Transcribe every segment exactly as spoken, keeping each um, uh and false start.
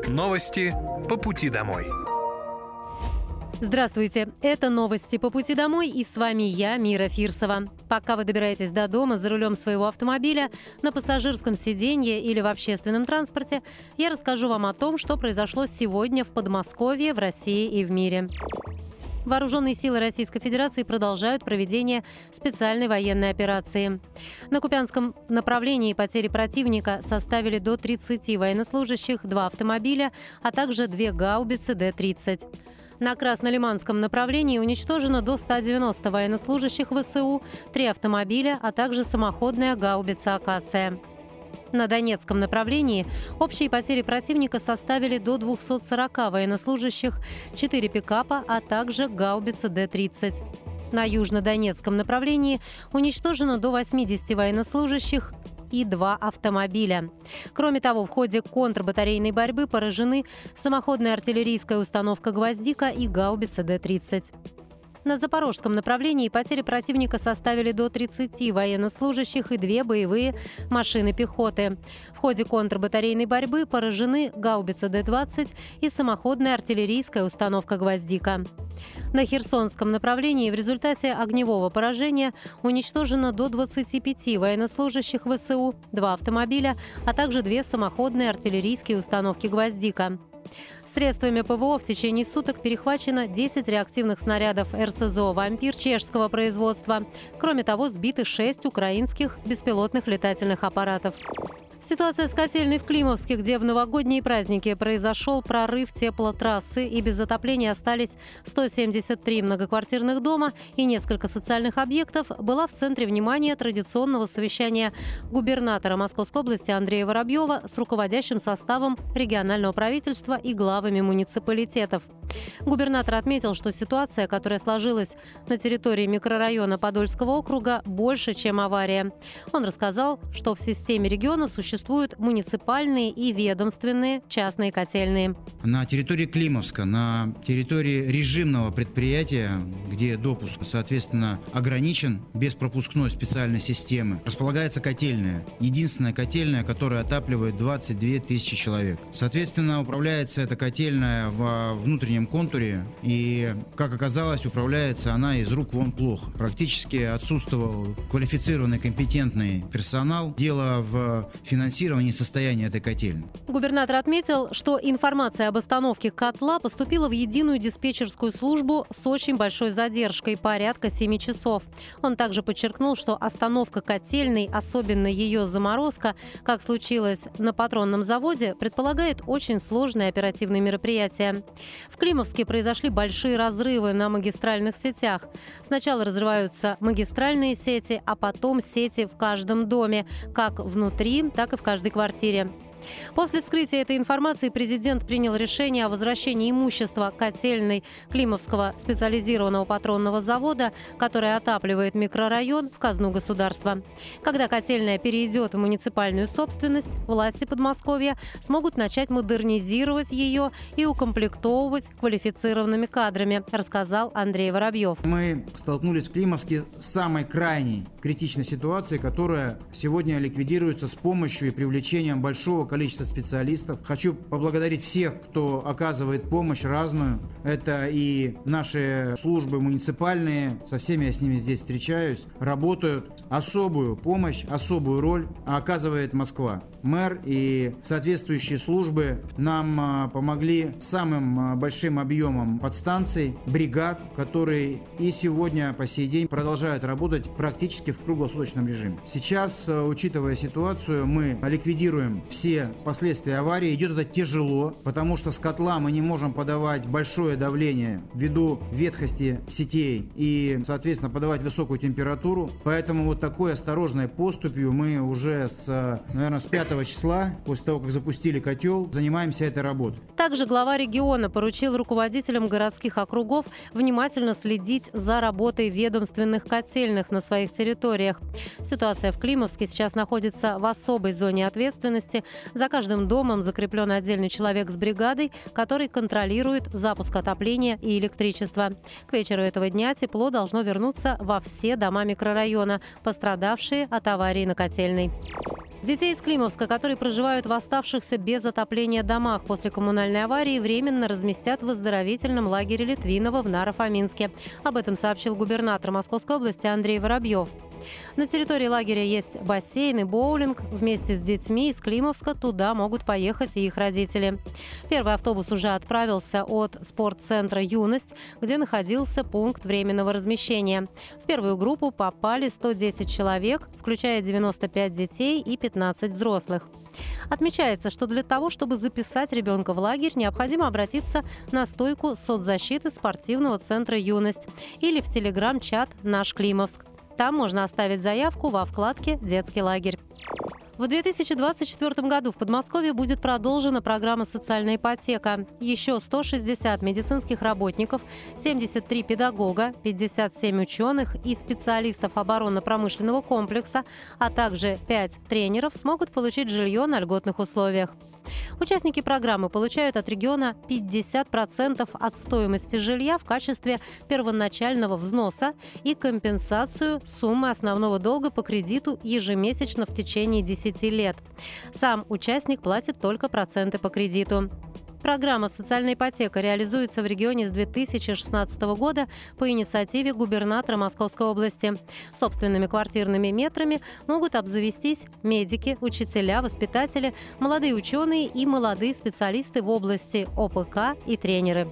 Новости по пути домой. Здравствуйте, это новости по пути домой, и с вами я, Мира Фирсова. Пока вы добираетесь до дома за рулем своего автомобиля, на пассажирском сиденье или в общественном транспорте, я расскажу вам о том, что произошло сегодня в Подмосковье, в России и в мире. Вооруженные силы Российской Федерации продолжают проведение специальной военной операции. На Купянском направлении потери противника составили до тридцати военнослужащих, два автомобиля, а также две гаубицы Д тридцать. На Краснолиманском направлении уничтожено до ста девяноста военнослужащих ВСУ, три автомобиля, а также самоходная гаубица «Акация». На Донецком направлении общие потери противника составили до двухсот сорока военнослужащих, четыре пикапа, а также гаубица Д тридцать. На Южнодонецком направлении уничтожено до восьмидесяти военнослужащих и два автомобиля. Кроме того, в ходе контрбатарейной борьбы поражены самоходная артиллерийская установка «Гвоздика» и гаубица Д тридцать. На Запорожском направлении потери противника составили до тридцати военнослужащих и две боевые машины пехоты. В ходе контрбатарейной борьбы поражены гаубица Д двадцать и самоходная артиллерийская установка «Гвоздика». На Херсонском направлении в результате огневого поражения уничтожено до двадцати пяти военнослужащих ВСУ, два автомобиля, а также две самоходные артиллерийские установки «Гвоздика». Средствами ПВО в течение суток перехвачено десять реактивных снарядов эр эс зэ о «Вампир» чешского производства. Кроме того, сбиты шесть украинских беспилотных летательных аппаратов. Ситуация с котельной в Климовске, где в новогодние праздники произошел прорыв теплотрассы и без отопления остались сто семьдесят три многоквартирных дома и несколько социальных объектов, была в центре внимания традиционного совещания губернатора Московской области Андрея Воробьева с руководящим составом регионального правительства и главами муниципалитетов. Губернатор отметил, что ситуация, которая сложилась на территории микрорайона Подольского округа, больше, чем авария. Он рассказал, что в системе региона существуют муниципальные и ведомственные частные котельные. На территории Климовска, на территории режимного предприятия, где допуск, соответственно, ограничен, без пропускной специальной системы, располагается котельная. Единственная котельная, которая отапливает двадцать две тысячи человек. Соответственно, управляется эта котельная во внутреннем контуре, и, как оказалось, управляется она из рук вон плохо. Практически отсутствовал квалифицированный, компетентный персонал. Дело в финансировании состояния этой котельной. Губернатор отметил, что информация об остановке котла поступила в единую диспетчерскую службу с очень большой задержкой, порядка семи часов. Он также подчеркнул, что остановка котельной, особенно ее заморозка, как случилось на патронном заводе, предполагает очень сложные оперативные мероприятия. В Климовске произошли большие разрывы на магистральных сетях. Сначала разрываются магистральные сети, а потом сети в каждом доме, как внутри, так и в каждой квартире. После вскрытия этой информации президент принял решение о возвращении имущества котельной Климовского специализированного патронного завода, который отапливает микрорайон, в казну государства. Когда котельная перейдет в муниципальную собственность, власти Подмосковья смогут начать модернизировать ее и укомплектовывать квалифицированными кадрами, рассказал Андрей Воробьев. Мы столкнулись в Климовске с самой крайней критичной ситуацией, которая сегодня ликвидируется с помощью и привлечением большого количества специалистов. Хочу поблагодарить всех, кто оказывает помощь разную. Это и наши службы муниципальные, со всеми я с ними здесь встречаюсь, работают. Особую помощь, особую роль оказывает Москва. Мэр и соответствующие службы нам помогли самым большим объемом подстанций, бригад, которые и сегодня по сей день продолжают работать практически в круглосуточном режиме. Сейчас, учитывая ситуацию, мы ликвидируем все последствия аварии. Идет это тяжело, потому что с котла мы не можем подавать большое давление ввиду ветхости сетей и, соответственно, подавать высокую температуру. Поэтому вот такой осторожной поступью мы уже с, наверное, с пятого числа, после того, как запустили котел, занимаемся этой работой. Также глава региона поручил руководителям городских округов внимательно следить за работой ведомственных котельных на своих территориях. Ситуация в Климовске сейчас находится в особой зоне ответственности. За каждым домом закреплен отдельный человек с бригадой, который контролирует запуск отопления и электричества. К вечеру этого дня тепло должно вернуться во все дома микрорайона, пострадавшие от аварии на котельной. Детей из Климовска, которые проживают в оставшихся без отопления домах после коммунальной аварии, временно разместят в оздоровительном лагере Литвиново в Наро-Фоминске. Об этом сообщил губернатор Московской области Андрей Воробьев. На территории лагеря есть бассейн и боулинг. Вместе с детьми из Климовска туда могут поехать и их родители. Первый автобус уже отправился от спортцентра «Юность», где находился пункт временного размещения. В первую группу попали сто десять человек, включая девяносто пять детей и пятнадцать взрослых. Отмечается, что для того, чтобы записать ребенка в лагерь, необходимо обратиться на стойку соцзащиты спортивного центра «Юность» или в телеграм-чат «Наш Климовск». Там можно оставить заявку во вкладке «Детский лагерь». В две тысячи двадцать четвёртом году в Подмосковье будет продолжена программа «Социальная ипотека». Еще сто шестьдесят медицинских работников, семьдесят три педагога, пятьдесят семь ученых и специалистов оборонно-промышленного комплекса, а также пять тренеров смогут получить жилье на льготных условиях. Участники программы получают от региона пятьдесят процентов от стоимости жилья в качестве первоначального взноса и компенсацию суммы основного долга по кредиту ежемесячно в течение десяти лет. Сам участник платит только проценты по кредиту. Программа «Социальная ипотека» реализуется в регионе с две тысячи шестнадцатого года по инициативе губернатора Московской области. Собственными квартирными метрами могут обзавестись медики, учителя, воспитатели, молодые ученые и молодые специалисты в области о пэ ка и тренеры.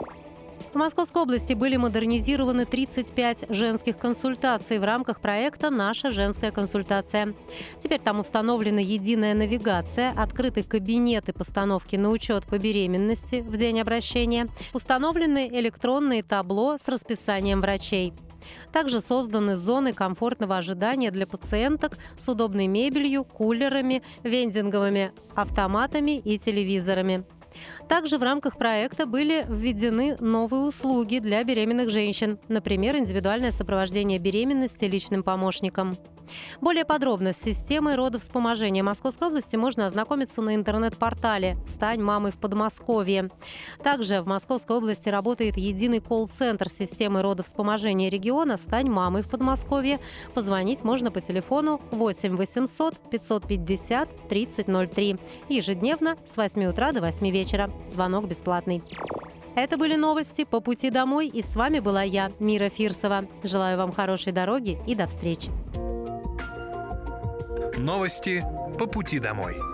В Московской области были модернизированы тридцать пять женских консультаций в рамках проекта «Наша женская консультация». Теперь там установлена единая навигация, открыты кабинеты постановки на учет по беременности в день обращения, установлены электронные табло с расписанием врачей. Также созданы зоны комфортного ожидания для пациенток с удобной мебелью, кулерами, вендинговыми автоматами и телевизорами. Также в рамках проекта были введены новые услуги для беременных женщин, например, индивидуальное сопровождение беременности личным помощником. Более подробно с системой родовспоможения Московской области можно ознакомиться на интернет-портале «Стань мамой в Подмосковье». Также в Московской области работает единый колл-центр системы родовспоможения региона «Стань мамой в Подмосковье». Позвонить можно по телефону восемь восемьсот пятьсот пятьдесят тридцать ноль три. Ежедневно с восьми утра до восьми вечера. Звонок бесплатный. Это были новости по пути домой, и с вами была я, Мира Фирсова. Желаю вам хорошей дороги и до встречи. Новости по пути домой.